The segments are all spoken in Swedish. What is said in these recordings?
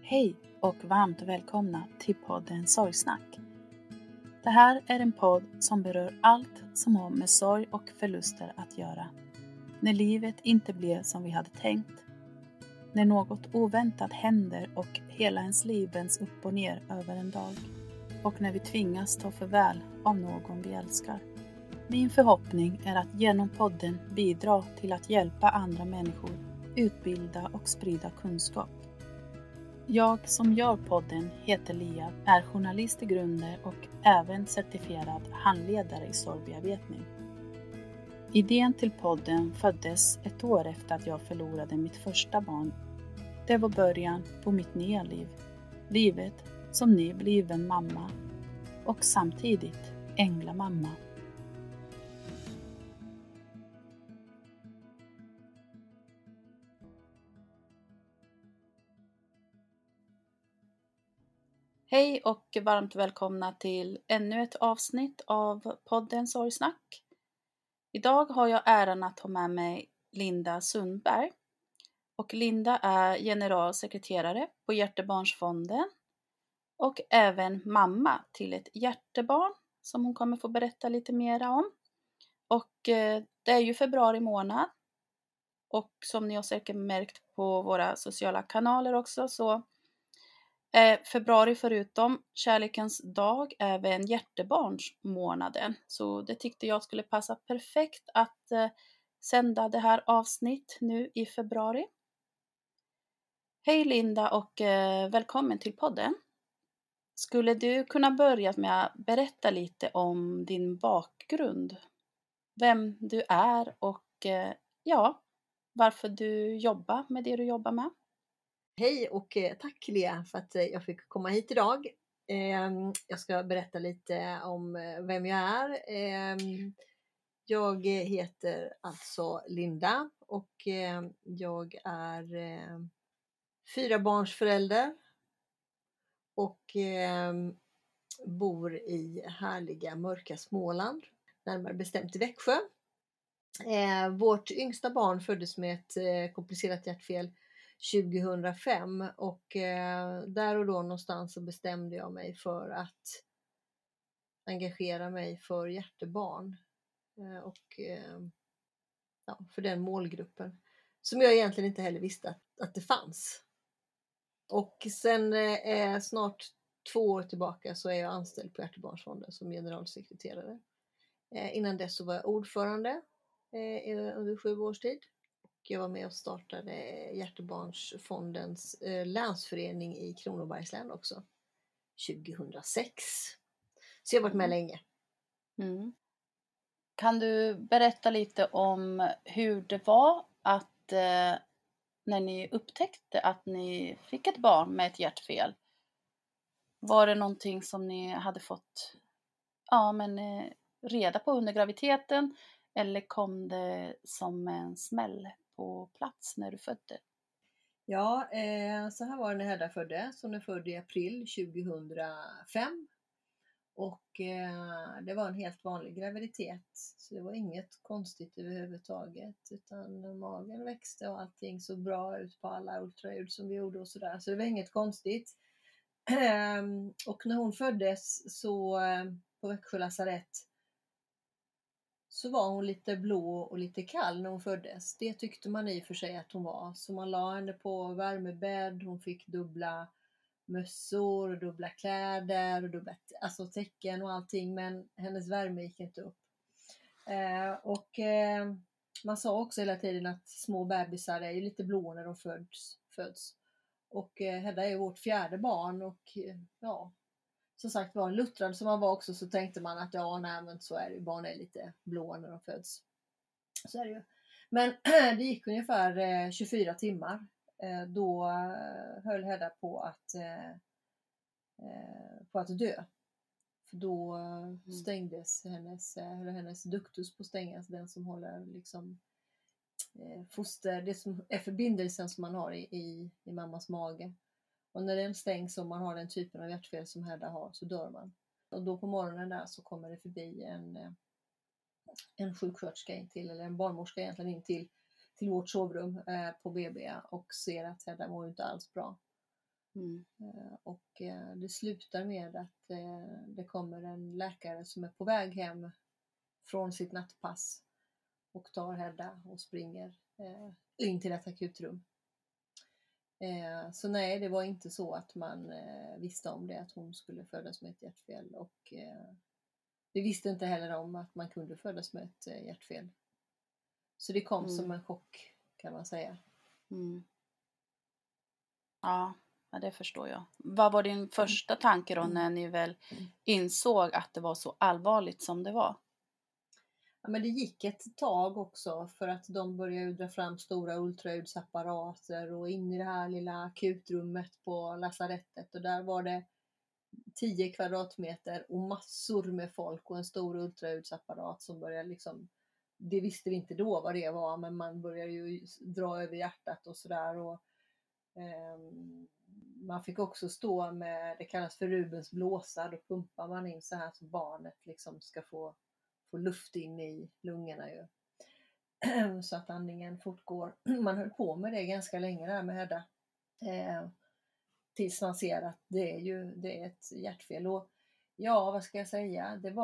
Hej och varmt välkomna till podden Sorgsnack. Det här är en podd som berör allt som har med sorg och förluster att göra. När livet inte blev som vi hade tänkt. När något oväntat händer och hela ens liv vänds upp och ner över en dag. Och när vi tvingas ta farväl av någon vi älskar. Min förhoppning är att genom podden bidra till att hjälpa andra människor, utbilda och sprida kunskap. Jag som gör podden heter Lia, är journalist i grunden och även certifierad handledare i sorgbearbetning. Idén till podden föddes ett år efter att jag förlorade mitt första barn. Det var början på mitt nya liv. Livet som nybliven mamma och samtidigt änglamamma. Hej och varmt välkomna till ännu ett avsnitt av podden Sorgsnack. Idag har jag äran att ha med mig Linda Sundberg. Och Linda är generalsekreterare på Hjärtebarnsfonden och även mamma till ett hjärtebarn som hon kommer få berätta lite mer om. Och det är ju februari månad och som ni har säkert märkt på våra sociala kanaler också så februari förutom kärlekens dag även hjärtebarnsmånaden. Så det tyckte jag skulle passa perfekt att sända det här avsnitt nu i februari. Hej Linda och välkommen till podden. Skulle du kunna börja med att berätta lite om din bakgrund? Vem du är och varför du jobbar med det du jobbar med? Hej och tack Lea för att jag fick komma hit idag. Jag ska berätta lite om vem jag är. Jag heter alltså Linda och jag är 4-barnsförälder och bor i härliga mörka Småland, närmare bestämt i Växjö. Vårt yngsta barn föddes med ett komplicerat hjärtfel 2005 och där och då någonstans så bestämde jag mig för att engagera mig för hjärtebarn och för den målgruppen som jag egentligen inte heller visste att det fanns. Och sen snart 2 år tillbaka så är jag anställd på Hjärtebarnsfonden som generalsekreterare. Innan dess så var jag ordförande under 7 års tid. Jag var med och startade Hjärtebarnsfondens länsförening i Kronobergs län också 2006. Så jag har varit med länge. Mm. Kan du berätta lite om hur det var att när ni upptäckte att ni fick ett barn med ett hjärtfel? Var det någonting som ni hade fått reda på under graviditeten eller kom det som en smäll på plats när du födde? Ja, så här var det när Hedda föddes. Hon är född i april 2005. Och det var en helt vanlig graviditet. Så det var inget konstigt överhuvudtaget. Utan magen växte och allting såg bra ut på alla ultraljud som vi gjorde och sådär. Så det var inget konstigt. Och när hon föddes så på Växjö lasarett så var hon lite blå och lite kall när hon föddes. Det tyckte man i och för sig att hon var. Så man la henne på värmebädd. Hon fick dubbla mössor och dubbla kläder och dubbla täcken och allting. Men hennes värme gick inte upp. Man sa också hela tiden att små bebisar är lite blå när de föds. Och Hedda är vårt 4:e barn och som sagt var, luttrad som man var också så tänkte man att men så är det ju, barn är lite blå när de föds. Så är det ju. Men det gick ungefär 24 timmar. Då höll Hedda på att dö. För då stängdes hennes ductus på stängas, den som håller liksom foster, det som är förbindelsen som man har i mammas mage. Och när den stängs och man har den typen av hjärtfel som Hedda har så dör man. Och då på morgonen där så kommer det förbi en sjuksköterska in till, eller en barnmorska egentligen in till vårt sovrum på BB och ser att Hedda mår inte alls bra. Mm. Och det slutar med att det kommer en läkare som är på väg hem från sitt nattpass och tar Hedda och springer in till ett akutrum. Så nej, det var inte så att man visste om det, att hon skulle födas med ett hjärtfel. Och vi visste inte heller om att man kunde födas med ett hjärtfel. Så det kom som en chock, kan man säga. Mm. Ja, det förstår jag. Vad var din första tanke då när ni väl insåg att det var så allvarligt som det var? Ja, men det gick ett tag också, för att de började dra fram stora ultraljudsapparater och in i det här lilla akutrummet på lasarettet, och där var det 10 kvadratmeter och massor med folk och en stor ultraljudsapparat som började liksom, det visste vi inte då vad det var, men man började ju dra över hjärtat och sådär, och man fick också stå med, det kallas för Rubens blåsa, då pumpar man in så här så barnet liksom ska få luft in i lungorna ju. Så att andningen fortgår. Man höll på med det ganska länge där med Hedda. Tills man ser att det är ett hjärtfel. Och ja, vad ska jag säga? Det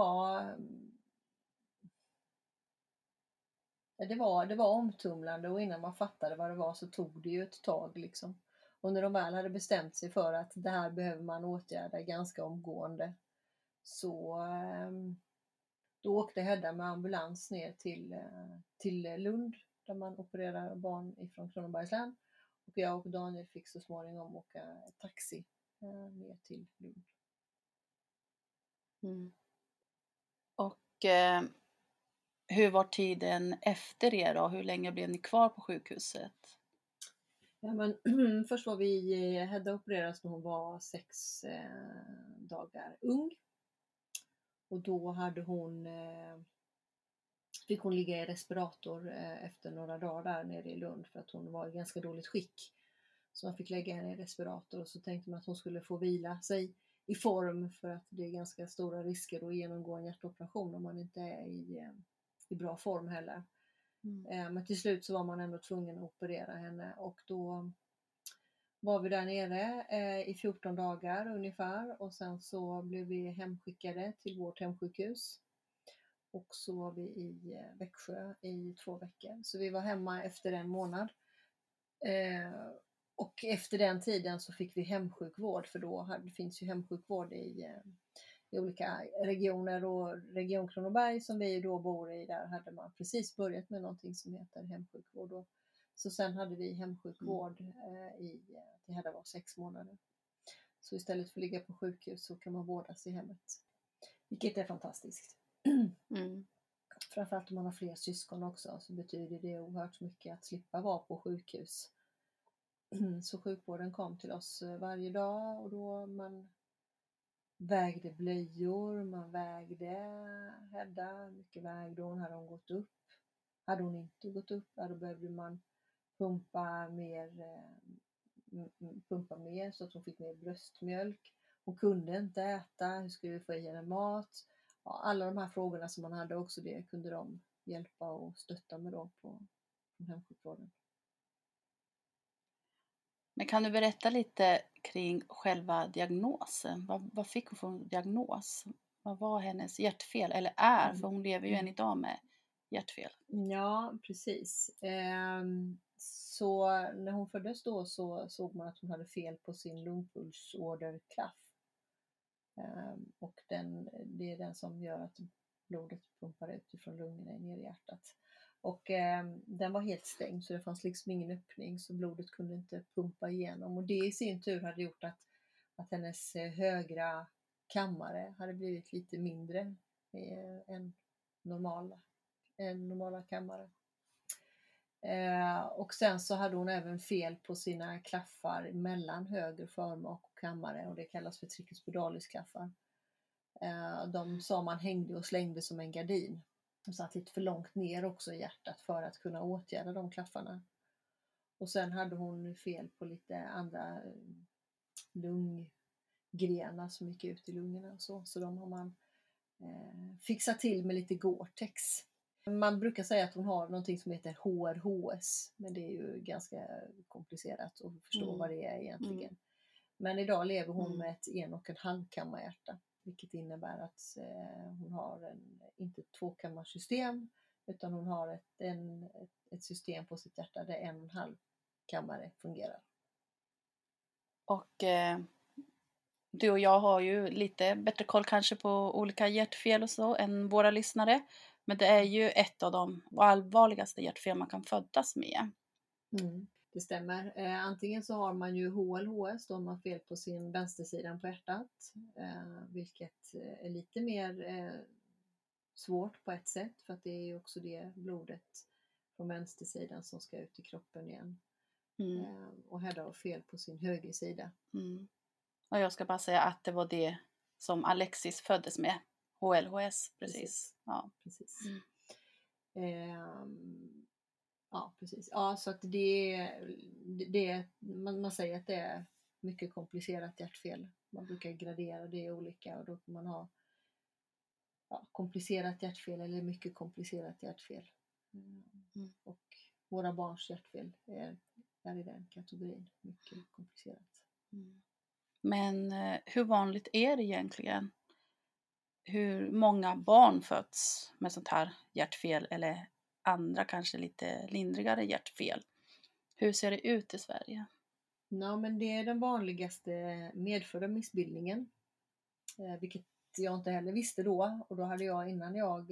var omtumlande, och innan man fattade vad det var så tog det ju ett tag liksom. Och när de väl hade bestämt sig för att det här behöver man åtgärda ganska omgående, så då åkte Hedda med ambulans ner till Lund, där man opererar barn ifrån Kronobergs län. Och jag och Daniel fick så småningom åka taxi ner till Lund. Mm. Och hur var tiden efter det då? Hur länge blev ni kvar på sjukhuset? Ja, men först var Hedda opererades när hon var 6 dagar ung. Och då fick hon ligga i respirator efter några dagar där nere i Lund, för att hon var i ganska dåligt skick. Så man fick lägga henne i respirator, och så tänkte man att hon skulle få vila sig i form, för att det är ganska stora risker att genomgå en hjärtoperation om man inte är i bra form heller. Men till slut så var man ändå tvungen att operera henne, och då var vi där nere i 14 dagar ungefär, och sen så blev vi hemskickade till vårt hemsjukhus. Och så var vi i Växjö i 2 veckor. Så vi var hemma efter en månad. Och efter den tiden så fick vi hemsjukvård, för då finns ju hemsjukvård i olika regioner, och Region Kronoberg som vi då bor i, där hade man precis börjat med någonting som heter hemsjukvård. Och så sen hade vi hemsjukvård till Hedda var 6 månader. Så istället för att ligga på sjukhus så kan man vårdas i hemmet. Vilket är fantastiskt. Framförallt om man har fler syskon också, så betyder det oerhört mycket att slippa vara på sjukhus. Så sjukvården kom till oss varje dag, och då man vägde blöjor, man vägde Hedda, mycket vägde hon, hade hon gått upp. Hade hon inte gått upp, då behövde man pumpa mer så att hon fick mer bröstmjölk. Hon kunde inte äta, hur skulle vi få i henne mat? Ja, alla de här frågorna som man hade också, det kunde de hjälpa och stötta med då på hemsjukvården. Men kan du berätta lite kring själva diagnosen? Vad fick hon för diagnos? Vad var hennes hjärtfel, eller är? För hon lever ju än idag med hjärtfel. Ja, precis. Så när hon föddes då så såg man att hon hade fel på sin lungpulsåderklaff. Och det är den som gör att blodet pumpar ut ifrån lungorna ner i hjärtat. Och den var helt stängd, så det fanns liksom ingen öppning, så blodet kunde inte pumpa igenom. Och det i sin tur hade gjort att hennes högra kammare hade blivit lite mindre än normala kammare. Och sen så hade hon även fel på sina klaffar mellan höger förmak och kammare, och det kallas för tricuspidales klaffar. De sa man hängde och slängde som en gardin. De satt lite för långt ner också i hjärtat för att kunna åtgärda de klaffarna. Och sen hade hon fel på lite andra lunggrenar som gick ut i lungorna och så de har man fixat till med lite Gore-Tex. Man brukar säga att hon har någonting som heter HRHS, men det är ju ganska komplicerat att förstå vad det är egentligen. Men idag lever hon med ett 1,5 kammarhjärta. Vilket innebär att hon har inte ett 2-kammarsystem, utan hon har ett system på sitt hjärta där 1,5 kammare fungerar. Och du och jag har ju lite bättre koll kanske på olika hjärtfel och så än våra lyssnare. Men det är ju ett av de allvarligaste hjärtfel man kan födas med. Det stämmer. Antingen så har man ju HLHS, då har man fel på sin vänstersidan på hjärtat. Vilket är lite mer svårt på ett sätt, för att det är ju också det blodet från vänstersidan som ska ut i kroppen igen. Och Hedda har fel på sin högersida. Och jag ska bara säga att det var det som Alexis föddes med. HLHS, precis. Ja, precis. Ja, precis. Ja, så att man säger att det är mycket komplicerat hjärtfel. Man brukar gradera det i olika, och då kan man ha komplicerat hjärtfel eller mycket komplicerat hjärtfel. Och våra barns hjärtfel är i den kategorin, mycket komplicerat. Men hur vanligt är det egentligen? Hur många barn föds med sånt här hjärtfel eller andra kanske lite lindrigare hjärtfel? Hur ser det ut i Sverige? Ja, men det är den vanligaste medfödda missbildningen, vilket jag inte heller visste då. Och då hade jag, innan jag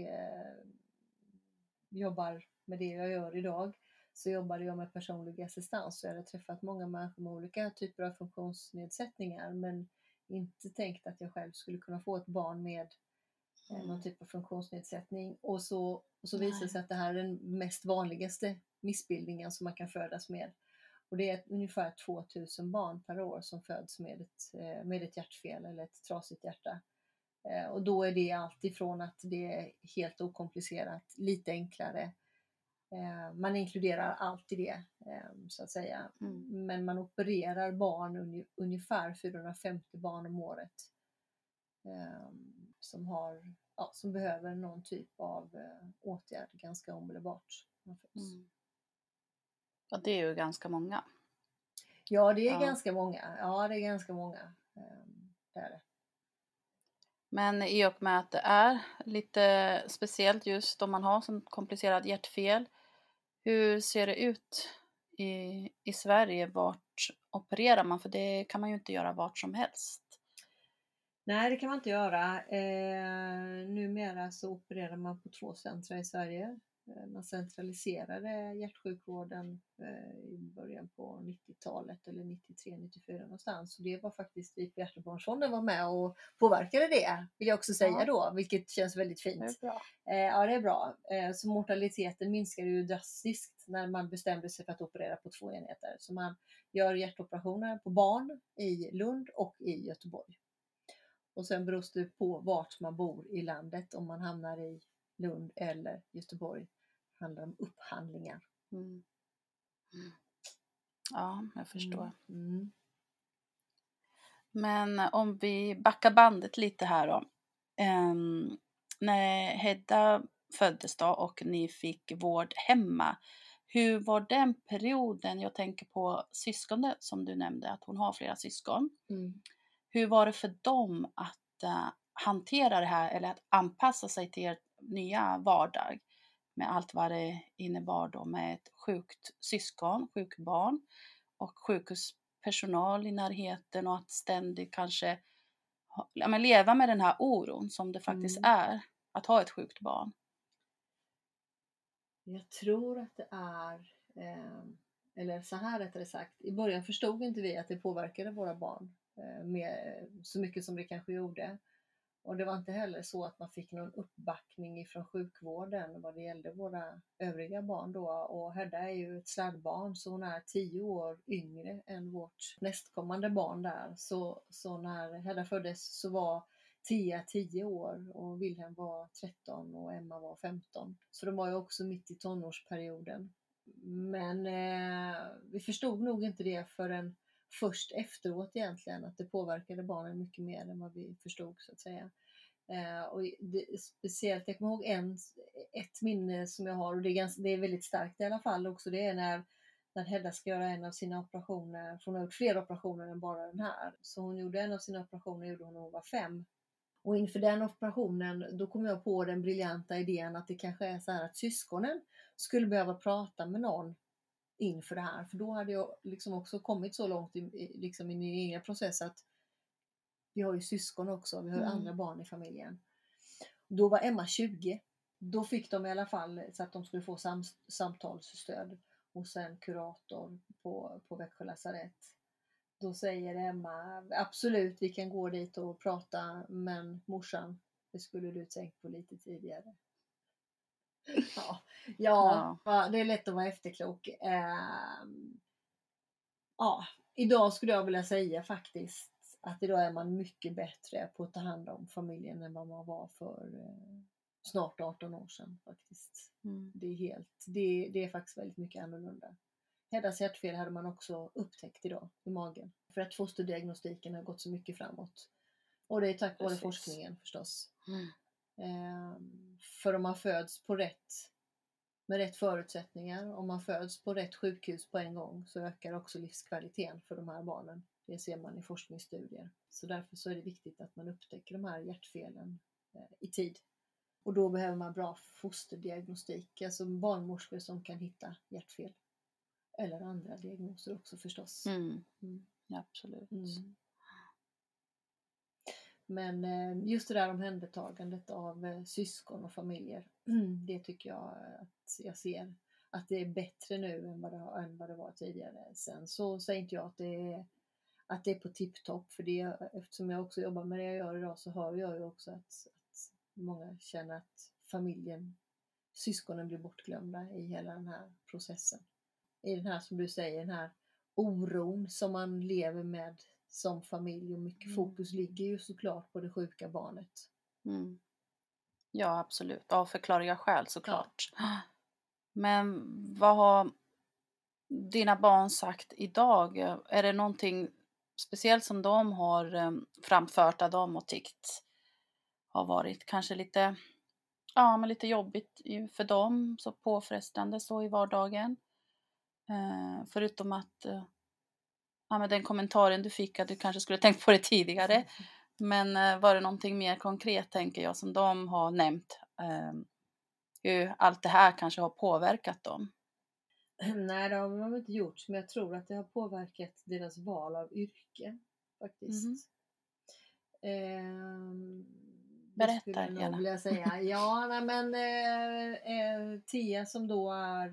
jobbar med det jag gör idag, så jobbade jag med personlig assistans. Så jag hade träffat många människor med olika typer av funktionsnedsättningar, men inte tänkt att jag själv skulle kunna få ett barn med någon typ av funktionsnedsättning. Och så visar det sig att det här är den mest vanligaste missbildningen som man kan födas med. Och det är ungefär 2000 barn per år som föds med ett hjärtfel eller ett trasigt hjärta. Och då är det allt ifrån att det är helt okomplicerat, lite enklare. Man inkluderar allt i det, så att säga. Men man opererar barn, ungefär 450 barn om året. Som behöver någon typ av åtgärd ganska omedelbart. Ja, det är ju ganska många. Ja, det är ganska många. Ja, det är ganska många. Det är det. Men i och med att det är lite speciellt just om man har sånt komplicerat hjärtfel, hur ser det ut i Sverige? Vart opererar man? För det kan man ju inte göra vart som helst. Nej, det kan man inte göra. Numera så opererar man på 2 centra i Sverige. Man centraliserade hjärtsjukvården i början på 90-talet eller 93-94 någonstans. Så det var faktiskt vi på Hjärt-och-barnsfonden var med och påverkade det, vill jag också säga då, vilket känns väldigt fint. Det är bra. Ja, det är bra. Så mortaliteten minskade ju drastiskt när man bestämde sig för att operera på 2 enheter. Så man gör hjärtoperationer på barn i Lund och i Göteborg. Och sen beror det på vart man bor i landet, om man hamnar i Lund eller Göteborg. Det handlar om upphandlingar. Ja, jag förstår. Men om vi backar bandet lite här då. När Hedda föddes då och ni fick vård hemma, hur var den perioden? Jag tänker på syskonet som du nämnde, att hon har flera syskon. Hur var det för dem att hantera det här, eller att anpassa sig till er nya vardag med allt vad det innebar då, med ett sjukt syskon, sjukt barn och sjukhuspersonal i närheten, och att ständigt kanske leva med den här oron som det faktiskt är att ha ett sjukt barn? Jag tror att det är, eller så här rättare sagt, i början förstod inte vi att det påverkade våra barn med så mycket som det kanske gjorde. Och det var inte heller så att man fick någon uppbackning ifrån sjukvården vad det gällde våra övriga barn då. Och Hedda är ju ett sladdbarn, så hon är 10 år yngre än vårt nästkommande barn där. Så när Hedda föddes så var Tia 10 år och Wilhelm var 13 och Emma var 15. Så de var ju också mitt i tonårsperioden. Men vi förstod nog inte det förrän först efteråt egentligen, att det påverkade barnen mycket mer än vad vi förstod, så att säga. Och speciellt, jag kommer ihåg ett minne som jag har, och det är väldigt starkt i alla fall också, det är när när Hedda ska göra en av sina operationer, för hon har gjort fler operationer än bara den här. Så hon gjorde en av sina operationer gjorde hon när hon var 5. Och inför den operationen då kom jag på den briljanta idén att det kanske är så här att syskonen skulle behöva prata med någon inför det här. För då hade jag liksom också kommit så långt i min egen process att vi har ju syskon också, vi har ju andra barn i familjen. Då var Emma 20. Då fick de i alla fall så att de skulle få samtalsstöd hos en kurator på Växjö lasarett. Då säger Emma, absolut vi kan gå dit och prata, men morsan, det skulle du tänkt på lite tidigare. Ja, det är lätt att vara efterklok. Idag skulle jag vilja säga faktiskt att idag är man mycket bättre på att ta hand om familjen än vad man var för snart 18 år sedan faktiskt. Det är faktiskt väldigt mycket annorlunda. Heddas hjärtfel hade man också upptäckt idag i magen. För att fosterdiagnostiken har gått så mycket framåt. Och det är tack vare forskningen förstås. För om man föds med rätt förutsättningar, om man föds på rätt sjukhus på en gång, så ökar också livskvaliteten för de här barnen. Det ser man i forskningsstudier. Så därför så är det viktigt att man upptäcker de här hjärtfelen i tid. Och då behöver man bra fosterdiagnostik, alltså barnmorskor som kan hitta hjärtfel. Eller andra diagnoser också förstås. Ja, absolut. Men just det där omhändertagandet av syskon och familjer, det tycker jag att jag ser att det är bättre nu än vad det var tidigare. Sen så säger inte jag att det är på tipptopp, för det, eftersom jag också jobbar med det jag gör idag, så hör jag ju också att många känner att syskonen blir bortglömda i hela den här processen. I den här, som du säger, den här oron som man lever med som familj, och mycket fokus ligger ju såklart på det sjuka barnet. Ja, absolut. Av förklarliga skäl såklart. Men vad har dina barn sagt idag? Är det någonting speciellt som de har framfört att de har tyckt har varit kanske lite jobbigt för dem, så påfrestande så i vardagen? Förutom att med den kommentaren du fick att du kanske skulle tänkt på det tidigare. Men var det någonting mer konkret, tänker jag, som de har nämnt? Hur allt det här kanske har påverkat dem? Nej, det har de inte gjort. Men jag tror att det har påverkat deras val av yrke faktiskt. Berätta jag nog gärna. vilja säga. Ja, nej, men Tia som då är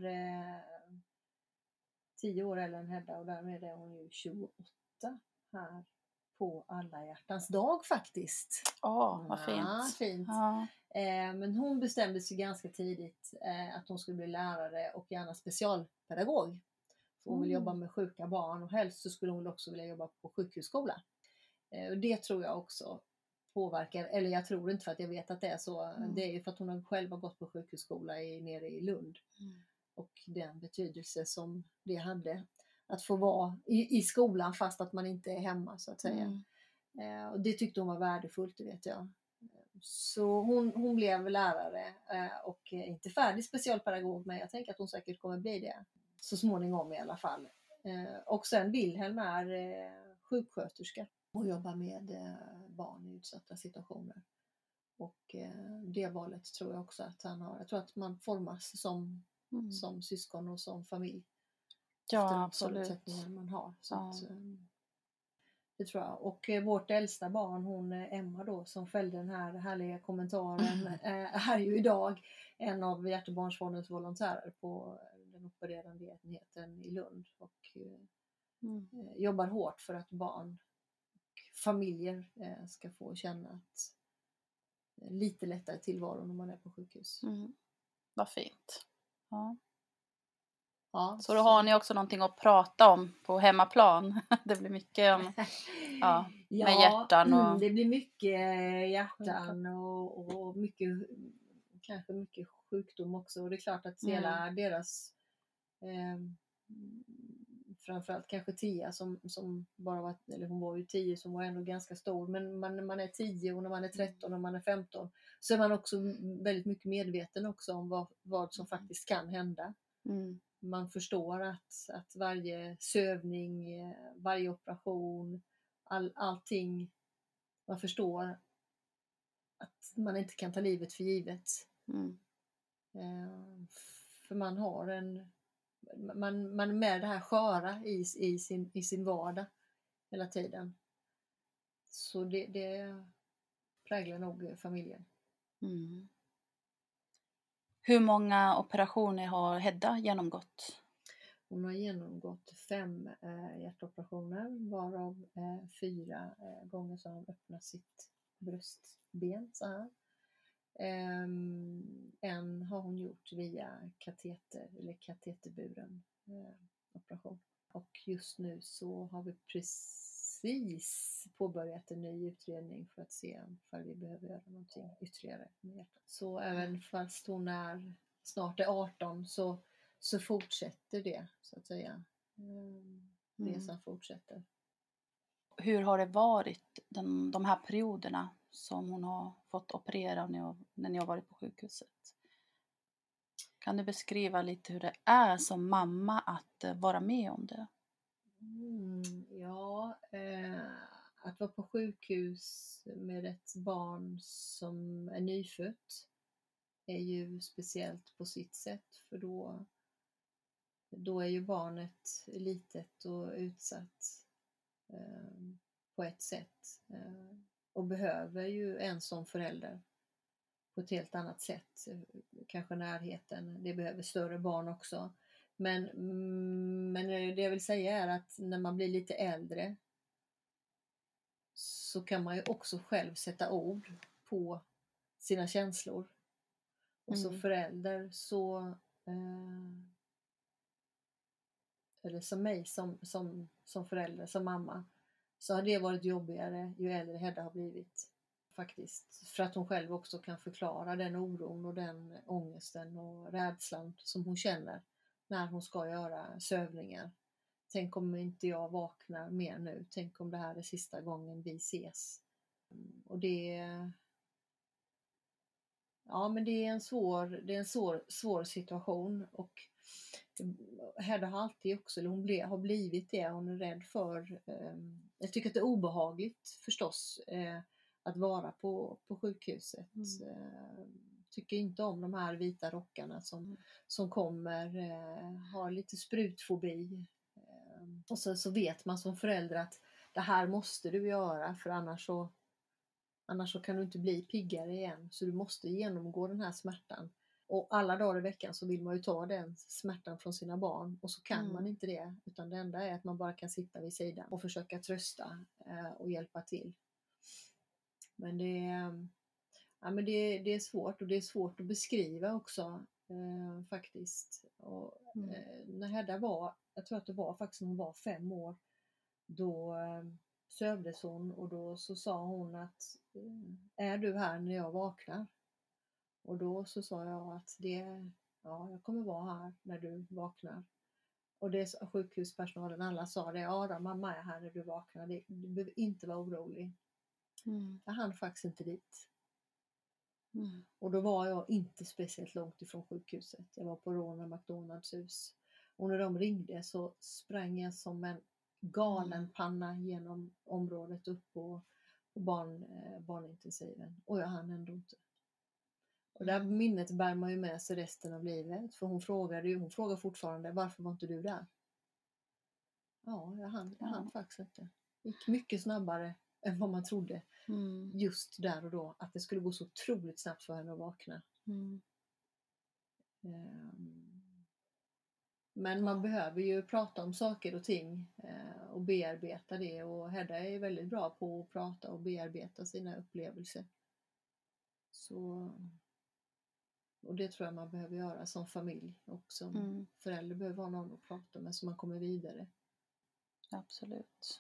10 år äldre än Hedda, och därmed är hon ju 28 här på alla hjärtans dag faktiskt. Vad fint. Fint. Men hon bestämde sig ganska tidigt att hon skulle bli lärare och gärna specialpedagog. För hon vill jobba med sjuka barn, och helst så skulle hon också vilja jobba på sjukhusskola. Och det tror jag också påverkar, eller jag tror inte för att jag vet att det är så. Det är ju för att hon har själv gått på sjukhusskola nere i Lund. Och den betydelse som det hade att få vara i skolan fast att man inte är hemma, så att säga. Och det tyckte hon var värdefullt, det vet jag. Så hon blev lärare och inte färdig specialpedagog, men jag tänker att hon säkert kommer bli det så småningom i alla fall. Och sen Wilhelm är sjuksköterska och jobbar med barn i utsatta situationer. Och det valet tror jag också att han har. Jag tror att man formas som syskon och som familj. Ja, absolut. Förutsättningar man har. Så att, det tror jag. Och vårt äldsta barn, hon Emma då, som fällde den här härliga kommentaren, är ju idag en av Hjärt- och barnfondens volontärer på den opererande enheten i Lund. Och jobbar hårt för att barn och familjer ska få känna att lite lättare tillvaro när man är på sjukhus. Vad fint. Ja, så då har ni också någonting att prata om på hemmaplan. Det blir mycket om med hjärtan. Och det blir mycket hjärtan och mycket, kanske mycket sjukdom också. Och det är klart att hela deras framförallt kanske Tia som bara var, eller hon var ju 10, som var ändå ganska stor, men när man är 10 och när man är 13 och när man är 15 så är man också väldigt mycket medveten också om vad som faktiskt kan hända. man förstår att varje sövning, varje operation, allting, man förstår att man inte kan ta livet för givet. För man har man är med det här sköra i sin vardag hela tiden. Så det präglar nog familjen. Hur många operationer har Hedda genomgått? Hon har genomgått 5 hjärtoperationer, varav 4 gånger så har hon öppnat sitt bröstben så här. En har hon gjort via kateterburen operation. Och just nu så har vi precis påbörjat en ny utredning för att se om vi behöver göra någonting ytterligare med hjärtat. Så även fast hon snart är 18 så fortsätter det, så att säga. Resan fortsätter. Hur har det varit de här perioderna som hon har fått operera när ni har varit på sjukhuset? Kan du beskriva lite hur det är som mamma att vara med om det? Att vara på sjukhus med ett barn som är nyfött är ju speciellt på sitt sätt, för då är ju barnet litet och utsatt på ett sätt och behöver ju en som förälder på ett helt annat sätt, kanske närheten. Det behöver större barn också, men det jag vill säga är att när man blir lite äldre så kan man ju också själv sätta ord på sina känslor. Och som förälder så eller som mig som förälder, som mamma, så har det varit jobbigare ju äldre Hedda har blivit faktiskt. För att hon själv också kan förklara den oron och den ångesten och rädslan som hon känner när hon ska göra sövningar. Tänk om inte jag vaknar mer nu. Tänk om det här är sista gången vi ses. Och men det är en svår situation. Och Hedda har alltid också, eller hon har blivit det, hon är rädd för, jag tycker att det är obehagligt förstås att vara på sjukhuset. Tycker inte om de här vita rockarna som kommer, har lite sprutfobi. Och så vet man som förälder att det här måste du göra, för annars så kan du inte bli piggare igen. Så du måste genomgå den här smärtan. Och alla dagar i veckan så vill man ju ta den smärtan från sina barn. Och så kan man inte det. Utan det enda är att man bara kan sitta vid sidan och försöka trösta och hjälpa till. Men det är svårt, och det är svårt att beskriva också faktiskt. Och, när Hedda jag tror att det var faktiskt när hon var 5 år, då sövdes hon, och då så sa hon att är du här när jag vaknar? Och då så sa jag att jag kommer vara här när du vaknar. Och det sjukhuspersonalen, alla sa det, ja då, mamma är här när du vaknar, du behöver inte vara orolig. Jag hann faktiskt inte dit. Och då var jag inte speciellt långt ifrån sjukhuset. Jag var på Ronald McDonalds hus. Och när de ringde så sprang jag som en galen panna genom området upp på barnintensiven. Och jag hann ändå inte. Och det här minnet bär man ju med sig resten av livet. För hon frågar fortfarande, varför var inte du där? Ja, jag hann faktiskt inte. Det gick mycket snabbare än vad man trodde. Just där och då. Att det skulle gå så otroligt snabbt för henne att vakna. Men man behöver ju prata om saker och ting och bearbeta det. Och Hedda är väldigt bra på att prata och bearbeta sina upplevelser. Och det tror jag man behöver göra som familj. Och som förälder behöver ha någon att prata med så man kommer vidare. Absolut.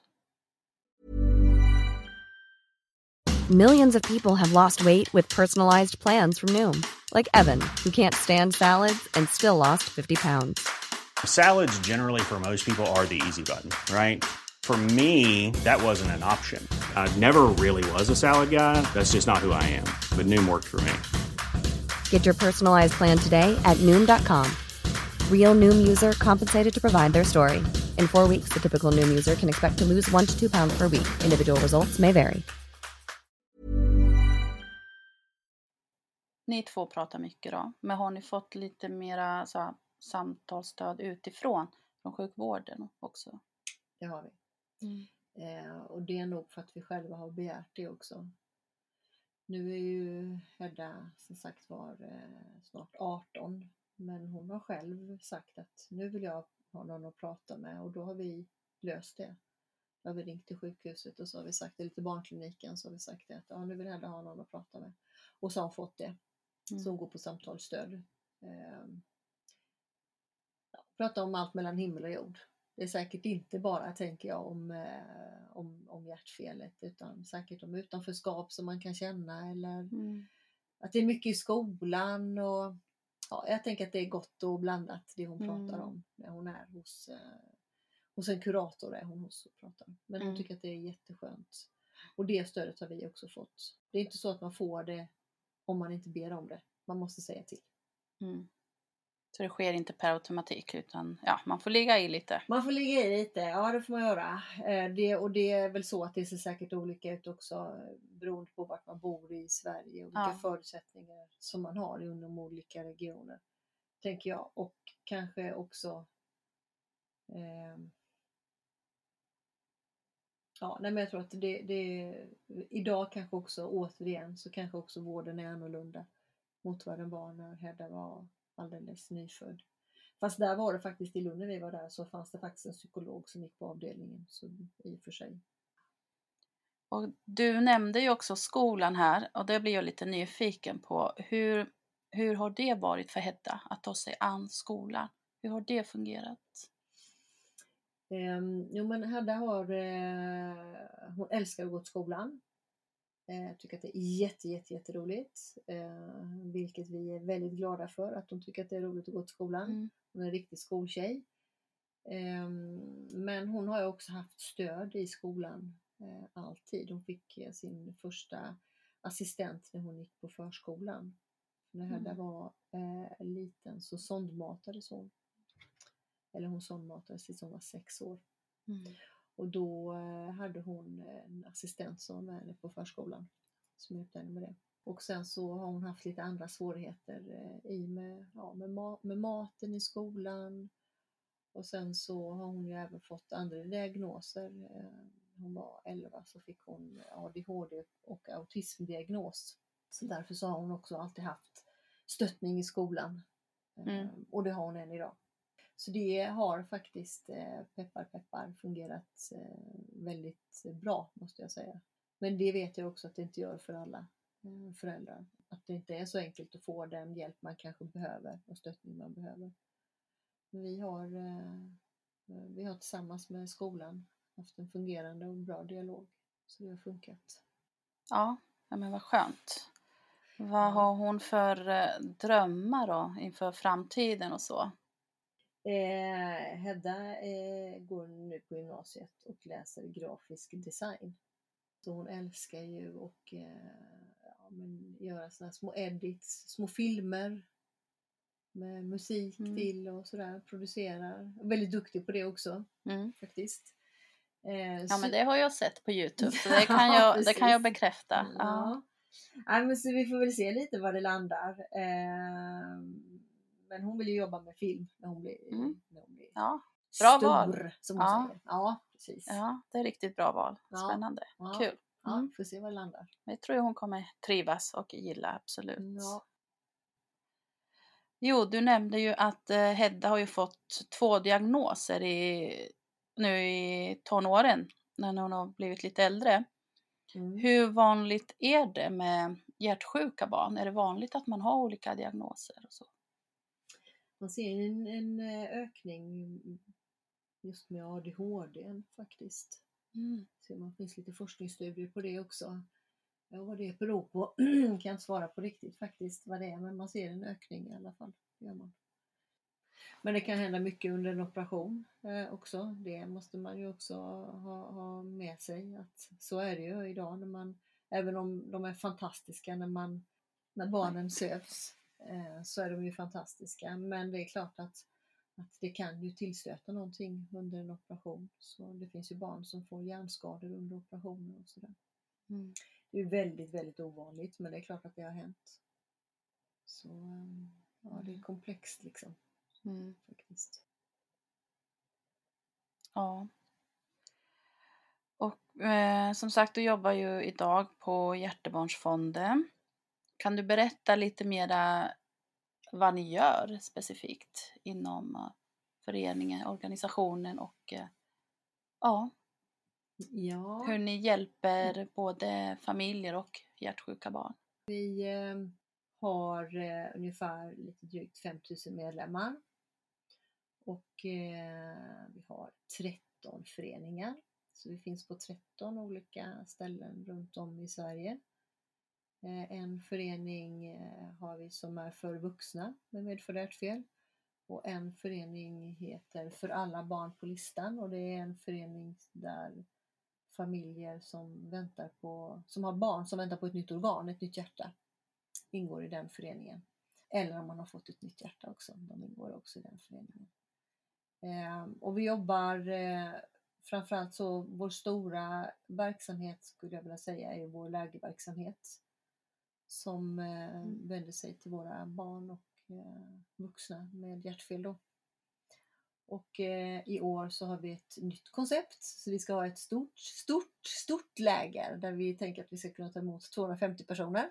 Millions of people have lost weight with personalized plans from Noom. Like Evan, who can't stand salads and still lost 50 pounds. Salads generally for most people are the easy button, right? For me, that wasn't an option. I never really was a salad guy. That's just not who I am. But Noom worked for me. Get your personalized plan today at Noom.com. Real Noom user compensated to provide their story. In 4 weeks, the typical Noom user can expect to lose 1 to 2 pounds per week. Individual results may vary. Ni två pratar mycket då, men har ni fått lite mera så här, samtalsstöd utifrån från sjukvården också? Det har vi. Och det är nog för att vi själva har begärt det också. Nu är ju Hedda som sagt snart 18, men hon har själv sagt att nu vill jag ha någon att prata med, och då har vi löst det. Då har vi ringt till sjukhuset och så har vi sagt, eller till barnkliniken, så har vi sagt att ja, nu vill Hedda ha någon att prata med. Och så har hon fått det. Så hon går på samtalsstöd. Prata om allt mellan himmel och jord. Det är säkert inte bara, tänker jag, om hjärtfelet, utan säkert om utanförskap som man kan känna, eller att det är mycket i skolan, och ja, jag tänker att det är gott och blandat det hon pratar om när hon är hos en kurator, är hon hos och pratar. Men hon tycker att det är jätteskönt. Och det stödet har vi också fått. Det är inte så att man får det om man inte ber om det. Man måste säga till. Så det sker inte per automatik, utan ja, man får ligga i lite. Man får ligga i lite, ja det får man göra. Det är väl så att det ser säkert olika ut också, beroende på vart man bor i Sverige och vilka förutsättningar som man har inom olika regioner, tänker jag. Och kanske också men jag tror att det idag kanske också, återigen, så kanske också vården är annorlunda mot vad den var när Hedda var alldeles nyfödd. Fast där var det faktiskt, i Lund när vi var där, så fanns det faktiskt en psykolog som gick på avdelningen, så i och för sig. Och du nämnde ju också skolan här, och det blir jag lite nyfiken på. Hur har det varit för Hedda att ta sig an skolan? Hur har det fungerat? Men Hedda hon älskar att gå till skolan. Tycker att det är jätteroligt. Vilket vi är väldigt glada för, att de tycker att det är roligt att gå till skolan. Hon är en riktig skoltjej. Men hon har ju också haft stöd i skolan alltid. Hon fick sin första assistent när hon gick på förskolan. När Hedda var liten så sondmatades hon. Eller hon sondmatades tills hon var 6 år. Och då hade hon en assistent som var med henne på förskolan, som hjälpte henne med det. Och sen så har hon haft lite andra svårigheter med maten i skolan. Och sen så har hon ju även fått andra diagnoser. Hon var 11, så fick hon ADHD och autismdiagnos. Så därför så har hon också alltid haft stöttning i skolan. Och det har hon än idag. Så det har faktiskt, peppar, fungerat väldigt bra, måste jag säga. Men det vet jag också att det inte gör för alla föräldrar. Att det inte är så enkelt att få den hjälp man kanske behöver och stöttning man behöver. Vi har tillsammans med skolan haft en fungerande och bra dialog. Så det har funkat. Ja, men vad skönt. Vad har hon för drömmar då inför framtiden och så? Hedda går nu på gymnasiet och läser grafisk design. Så hon älskar ju att göra såna små edits, små filmer med musik till och sådär, producerar. Väldigt duktig på det också faktiskt. Men det har jag sett på YouTube, så det kan jag bekräfta. Ja, men så vi får väl se lite var det landar. Men hon vill ju jobba med film när hon blir, bra stor, val. som hon säger. Ja, precis. Ja, det är riktigt bra val. Spännande. Kul. Ja, får se var det landar. Jag tror hon kommer trivas och gilla, absolut. Ja. Jo, du nämnde ju att Hedda har ju fått 2 diagnoser nu i tonåren, när hon har blivit lite äldre. Hur vanligt är det med hjärtsjuka barn? Är det vanligt att man har olika diagnoser och så? Man ser en ökning just med ADHD faktiskt. Så det finns lite forskningsstudier på det också. Ja, vad det beror på kan jag inte svara på riktigt faktiskt vad det är, men man ser en ökning i alla fall. Gör man. Men det kan hända mycket under en operation också. Det måste man ju också ha med sig, att så är det ju idag även om de är fantastiska när barnen sövs, så är de ju fantastiska. Men det är klart att att det kan ju tillstöta någonting under en operation. Så det finns ju barn som får hjärnskador under operationer och sådär. Mm. Det är väldigt, väldigt ovanligt, men det är klart att det har hänt. Så ja, det är komplext liksom Mm. faktiskt. Ja. Och som sagt, du jobbar ju idag på Hjärtebarnsfonden. Kan du berätta lite mera vad ni gör specifikt inom föreningen, organisationen och ja, Ja, hur ni hjälper både familjer och hjärtsjuka barn? vi har ungefär lite drygt 5000 medlemmar. Och vi har 13 föreningar. Så vi finns på 13 olika ställen runt om i Sverige. En förening har vi som är för vuxna med medfödda hjärtfel. Och en förening heter För alla barn på listan. Och det är en förening där familjer som har barn som väntar på ett nytt organ, ett nytt hjärta, ingår i den föreningen. Eller om man har fått ett nytt hjärta också, de ingår också i den föreningen. Och vi jobbar framförallt så vår stora verksamhet skulle jag vilja säga är vår lägerverksamhet som vänder sig till våra barn och vuxna med hjärtfel då. Och i år så har vi ett nytt koncept, så vi ska ha ett stort läger där vi tänker att vi ska kunna ta emot 250 personer.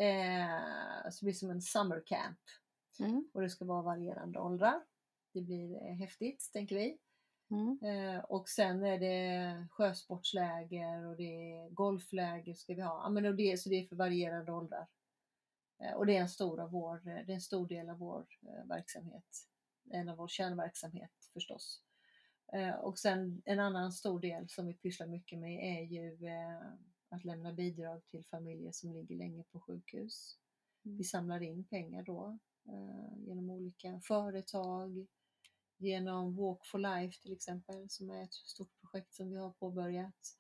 Så det blir som en summer camp. Och det ska vara varierande åldrar. Det blir häftigt, tänker vi. Och sen är det sjösportsläger och det är golfläger ska vi ha. Ja, men så det är för varierande åldrar. Och det är en stor del av vår verksamhet. En av vår kärnverksamhet förstås. Och sen en annan stor del som vi pysslar mycket med är ju att lämna bidrag till familjer som ligger länge på sjukhus. Vi samlar in pengar då genom olika företag, genom Walk for Life till exempel, som är ett stort projekt som vi har påbörjat.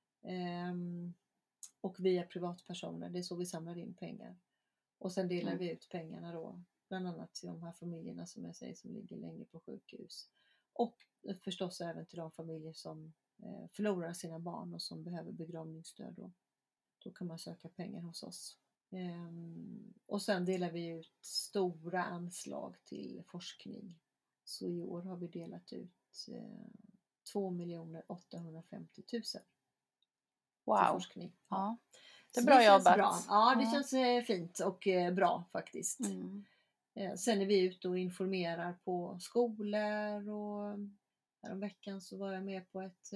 Och via privatpersoner, det är så vi samlar in pengar. Och sen delar vi ut pengarna då, bland annat till de här familjerna som jag säger som ligger länge på sjukhus. Och förstås även till de familjer som förlorar sina barn och som behöver begravningsstöd då. Då kan man söka pengar hos oss. Och sen delar vi ut stora anslag till forskning. Så i år har vi delat ut 2 850 000 Wow. till forskning. Ja. Det är Så bra det känns jobbat. bra. Ja, det känns fint och bra faktiskt. Sen är vi ute och informerar på skolor och häromveckan så var jag med på ett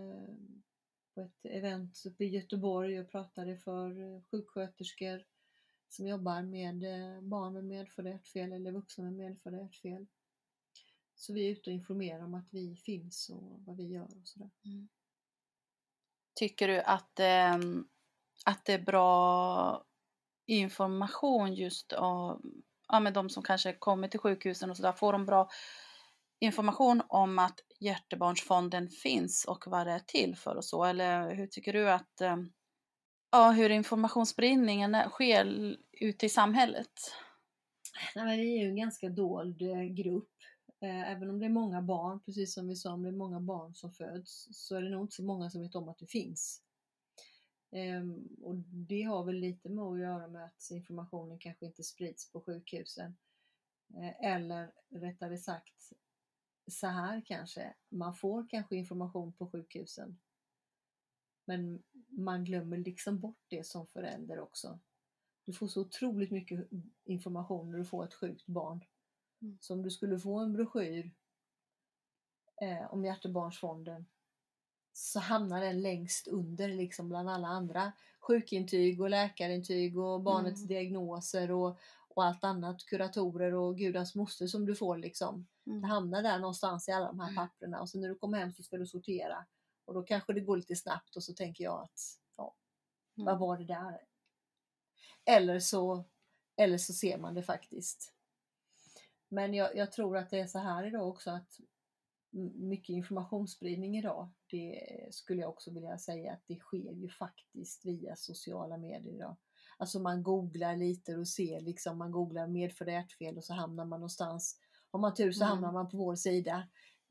event uppe i Göteborg och pratade för sjuksköterskor som jobbar med barn med medfödda hjärtfel eller vuxna med medfödda hjärtfel. Så vi är ute och informerar om att vi finns och vad vi gör och sådär. Tycker du att det är bra information just med de som kanske kommer till sjukhusen och sådär? Får de bra information om att Hjärtebarnsfonden finns och vad det är till för och så? Eller hur tycker du att hur informationsspridningen sker ute i samhället? Nej, men vi är ju en ganska dold grupp. Även om det är många barn, precis som vi sa, om det är många barn som föds så är det nog inte så många som vet om att det finns. Och det har väl lite med att göra med att informationen kanske inte sprids på sjukhusen. Eller rättare sagt så här kanske, man får kanske information på sjukhusen. Men man glömmer liksom bort det som förälder också. Du får så otroligt mycket information när du får ett sjukt barn. Så om du skulle få en broschyr om Hjärtebarnsfonden så hamnar den längst under liksom bland alla andra sjukintyg och läkarintyg och barnets diagnoser och allt annat, kuratorer och gudans moster som du får liksom. Det hamnar där någonstans i alla de här papperna och så när du kommer hem så ska du sortera och då kanske det går lite snabbt och så tänker jag att vad var det där? Eller så ser man det faktiskt. Men jag tror att det är så här idag också att mycket informationsspridning idag, det skulle jag också vilja säga att det sker ju faktiskt via sociala medier idag. Alltså man googlar lite och ser liksom, man googlar medfödda hjärtfel och så hamnar man någonstans Har man tur så hamnar man på vår sida.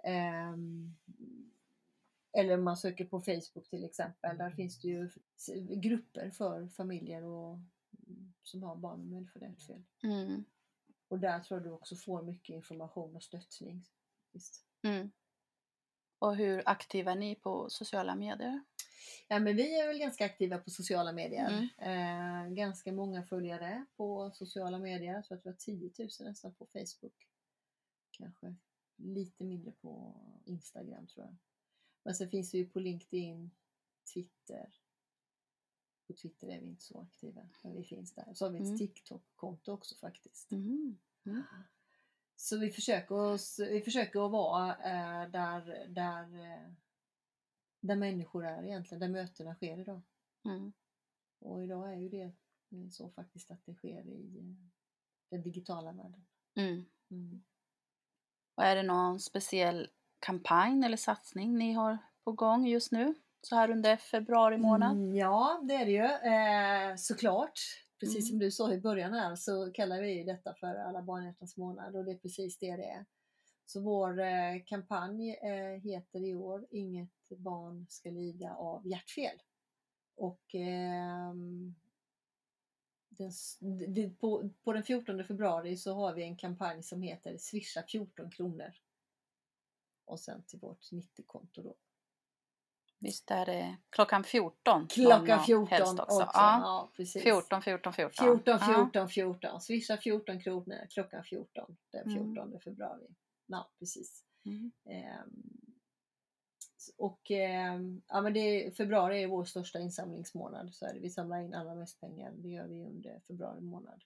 Eller man söker på Facebook till exempel. Där finns det ju grupper för familjer som har barn med medfödda hjärtfel. Och där tror du också får mycket information och stöttning. Visst. Och hur aktiva är ni på sociala medier? Ja, men vi är väl ganska aktiva på sociala medier. Ganska många följare på sociala medier. Så att vi har 10 000 nästan på Facebook. Kanske lite mindre på Instagram tror jag. Men sen finns det ju på LinkedIn, Twitter. På Twitter är vi inte så aktiva, men vi finns där. Så har vi ett TikTok-konto också faktiskt. Så vi försöker att vara där människor är egentligen, där mötena sker idag. Och idag är ju det så faktiskt att det sker i den digitala världen. Och är det någon speciell kampanj eller satsning ni har på gång just nu? Så här under februari månad? Ja, det är det ju. Såklart. Precis som du sa i början här så kallar vi detta för Alla barnhjärtans månad. Och det är precis det är. Så vår kampanj heter i år Inget barn ska lida av hjärtfel. Och på den 14 februari så har vi en kampanj som heter Swisha 14 kronor. Och sen till vårt 90-konto då. Visst är det klockan 14? Klockan 14 helst också. Ja, precis. 14. 14. Swisha 14 kronor klockan 14 den 14 februari. Ja, precis. Men februari är vår största insamlingsmånad. Så är det, vi samlar in allra mest pengar. Det gör vi under februari månad.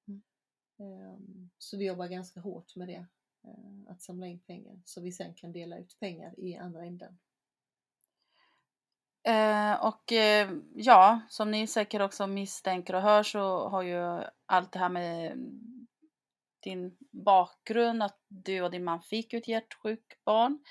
Så vi jobbar ganska hårt med det. Att samla in pengar. Så vi sen kan dela ut pengar i andra änden. Som ni säkert också misstänker och hör så har ju allt det här med din bakgrund, att du och din man fick ett hjärtsjukt barn,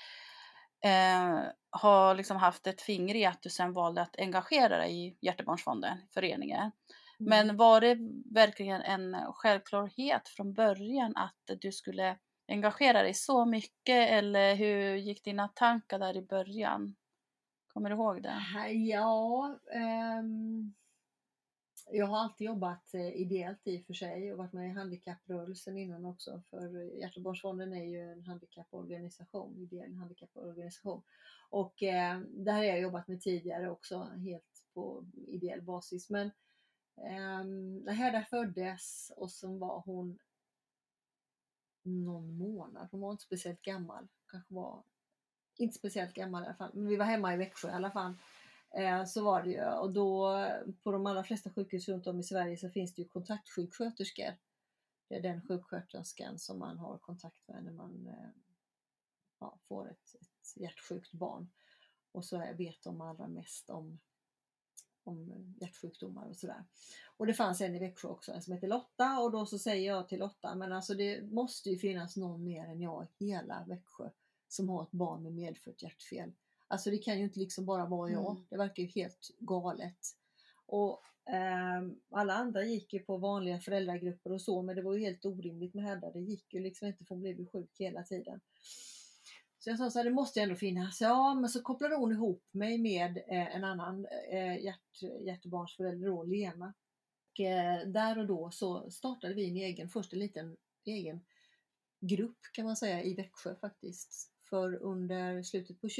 har liksom haft ett finger i att du sen valde att engagera dig i Hjärtebarnsfonden, föreningen. Men var det verkligen en självklarhet från början att du skulle engagera dig så mycket, eller hur gick dina tankar där i början? Kommer du ihåg det? Ja, jag har alltid jobbat ideellt i och för sig och varit med i handikapprörelsen innan också. För Hjärtebarnsfonden är ju en handikapporganisation, ideell handikapporganisation. Och det här har jag jobbat med tidigare också, helt på ideell basis. Men när Hedda föddes och så var hon någon månad, hon var inte speciellt gammal, kanske var inte speciellt gammal i alla fall, men vi var hemma i Växjö i alla fall. Så var det ju, och då på de allra flesta sjukhus runt om i Sverige så finns det ju kontaktsjuksköterskor. Det är den sjuksköterskan som man har kontakt med när man får ett hjärtsjukt barn. Och så vet de allra mest om hjärtsjukdomar och sådär. Och det fanns en i Växjö också, en som heter Lotta, och då så säger jag till Lotta, men alltså det måste ju finnas någon mer än jag i hela Växjö som har ett barn med medfött hjärtfel. Alltså det kan ju inte liksom bara vara jag. Det verkar ju helt galet. Och alla andra gick ju på vanliga föräldragrupper och så, men det var ju helt orimligt med Hedda. Det gick ju liksom inte, för hon blev ju sjuk hela tiden. Så jag sa så här, det måste ju ändå finnas. Ja, men så kopplade hon ihop mig med en annan hjärtebarnsförälder då, Lena. Och där och då så startade vi först en liten egen grupp kan man säga i Växjö faktiskt. För under slutet på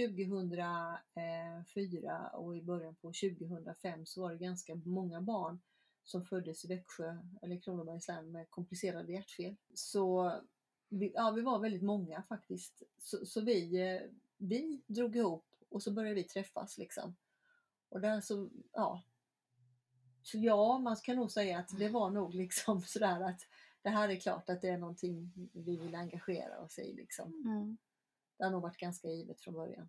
2004 och i början på 2005 så var det ganska många barn som föddes i Växjö eller Kronobergs län med komplicerade hjärtfel. Så vi var väldigt många faktiskt. Så vi drog ihop och så började vi träffas liksom. Och där så man kan nog säga att det var nog liksom sådär att det här är klart att det är någonting vi vill engagera oss i liksom. Det har nog varit ganska givet från början.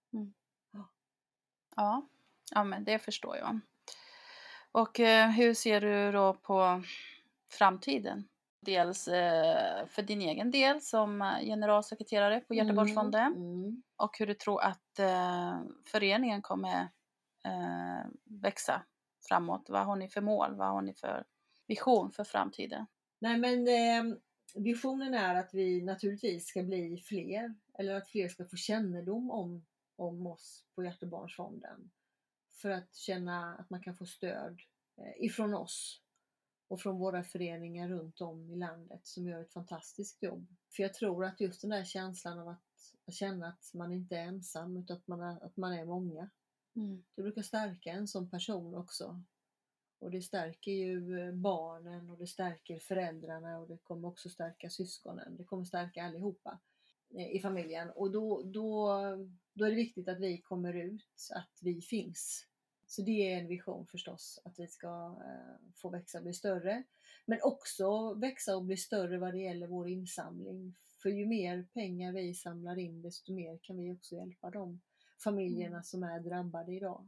Ja, men det förstår jag. Och hur ser du då på framtiden? Dels för din egen del som generalsekreterare på Hjärtebarnsfonden. Och hur du tror att föreningen kommer växa framåt. Vad har ni för mål? Vad har ni för vision för framtiden? Nej, men Visionen är att vi naturligtvis ska bli fler, eller att fler ska få kännedom om oss på Hjärt- och barnsfonden. För att känna att man kan få stöd ifrån oss och från våra föreningar runt om i landet som gör ett fantastiskt jobb. För jag tror att just den där känslan av att känna att man inte är ensam utan att man är många. Det brukar stärka en som person också. Och det stärker ju barnen och det stärker föräldrarna och det kommer också stärka syskonen. Det kommer stärka allihopa i familjen. Och då är det viktigt att vi kommer ut, att vi finns. Så det är en vision förstås, att vi ska få växa och bli större. Men också växa och bli större vad det gäller vår insamling. För ju mer pengar vi samlar in, desto mer kan vi också hjälpa de familjerna som är drabbade idag.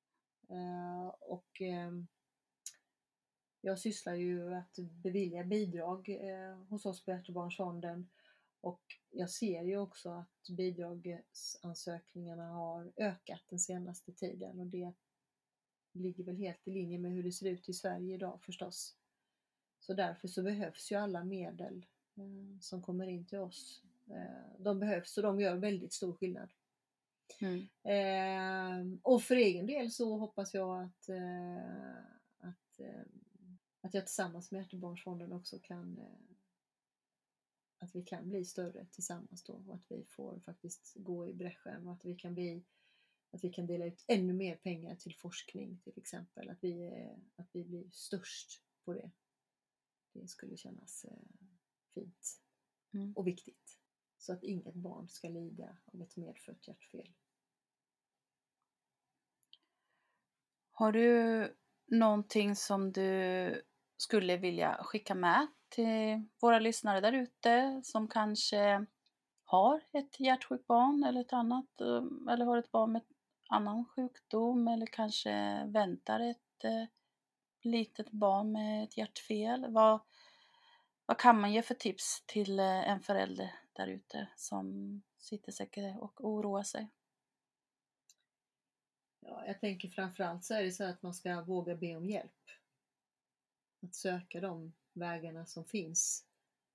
Jag sysslar ju att bevilja bidrag hos oss på Hjärt- och barnsfonden. Och jag ser ju också att bidragsansökningarna har ökat den senaste tiden. Och det ligger väl helt i linje med hur det ser ut i Sverige idag förstås. Så därför så behövs ju alla medel som kommer in till oss. De behövs och de gör väldigt stor skillnad. Och för egen del så hoppas jag att jag tillsammans med Hjärt- och barnsfonden också att vi kan bli större tillsammans då, och att vi får faktiskt gå i bräschen och att vi kan dela ut ännu mer pengar till forskning till exempel, att vi blir störst på det. Det skulle kännas fint och viktigt, så att inget barn ska lida av ett medfött hjärtfel. Har du någonting som du skulle vilja skicka med till våra lyssnare där ute som kanske har ett hjärtsjukt barn eller ett annat, eller har ett barn med annan sjukdom eller kanske väntar ett litet barn med ett hjärtfel? Vad kan man ge för tips till en förälder där ute som sitter säkert och oroar sig? Ja, jag tänker framförallt så är det så att man ska våga be om hjälp. Att söka de vägarna som finns.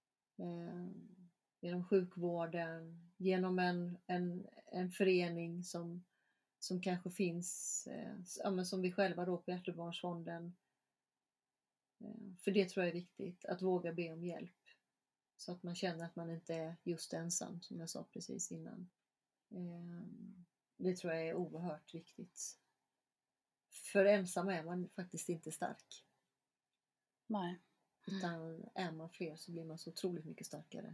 Genom sjukvården, genom en förening som kanske finns, som vi själva då på Hjärt- och barnsfonden. För det tror jag är viktigt, att våga be om hjälp. Så att man känner att man inte är just ensam, som jag sa precis innan. Det tror jag är oerhört viktigt. För ensam är man faktiskt inte stark. Nej. Utan är man fler så blir man så otroligt mycket starkare.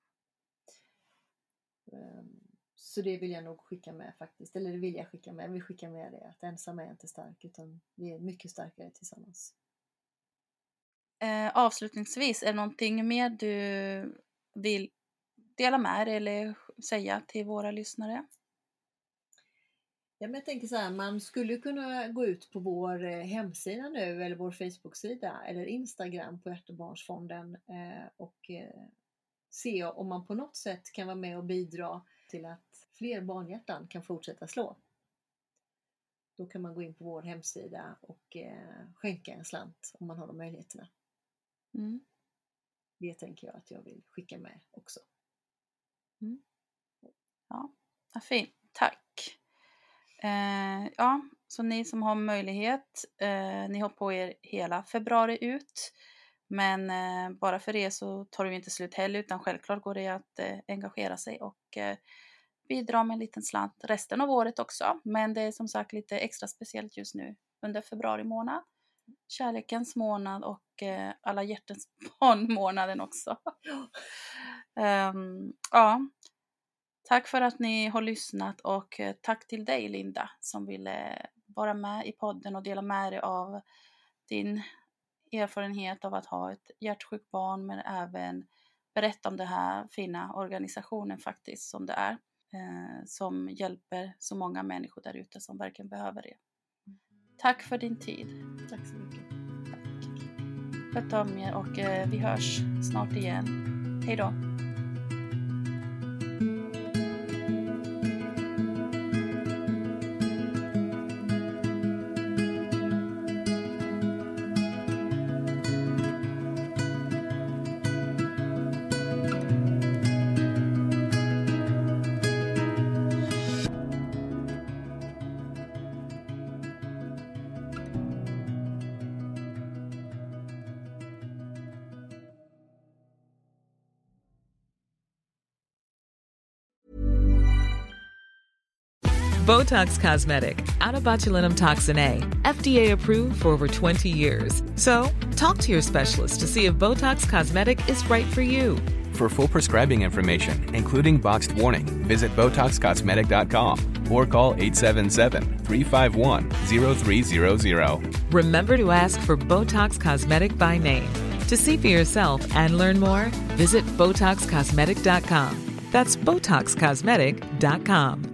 Så det vill jag nog skicka med faktiskt. Eller det vill jag skicka med. Vi skickar med det. Att ensam är inte stark, utan vi är mycket starkare tillsammans. Avslutningsvis, är det någonting mer du vill dela med dig eller säga till våra lyssnare? Ja, men jag tänker så här, man skulle kunna gå ut på vår hemsida nu eller vår Facebook-sida eller Instagram på Hjärt- och barnsfonden och se om man på något sätt kan vara med och bidra till att fler barnhjärtan kan fortsätta slå. Då kan man gå in på vår hemsida och skänka en slant om man har de möjligheterna. Det tänker jag att jag vill skicka med också. Ja, vad fint. Tack. Ja, så ni som har möjlighet, ni har på er hela februari ut. Men bara för det så tar det inte slut heller, utan självklart går det att engagera sig och bidra med en liten slant resten av året också. Men det är som sagt lite extra speciellt just nu under februari månad. Kärlekens månad och alla hjärtens barnmånaden också. Ja. Tack för att ni har lyssnat och tack till dig Linda som ville vara med i podden och dela med dig av din erfarenhet av att ha ett hjärtsjukt barn, men även berätta om den här fina organisationen faktiskt som det är, som hjälper så många människor där ute som verkligen behöver det. Tack för din tid. Tack så mycket. Sköt om er och vi hörs snart igen. Hej då. Botox Cosmetic, out of botulinum toxin A, FDA approved for over 20 years. So, talk to your specialist to see if Botox Cosmetic is right for you. For full prescribing information, including boxed warning, visit BotoxCosmetic.com or call 877-351-0300. Remember to ask for Botox Cosmetic by name. To see for yourself and learn more, visit BotoxCosmetic.com. That's BotoxCosmetic.com.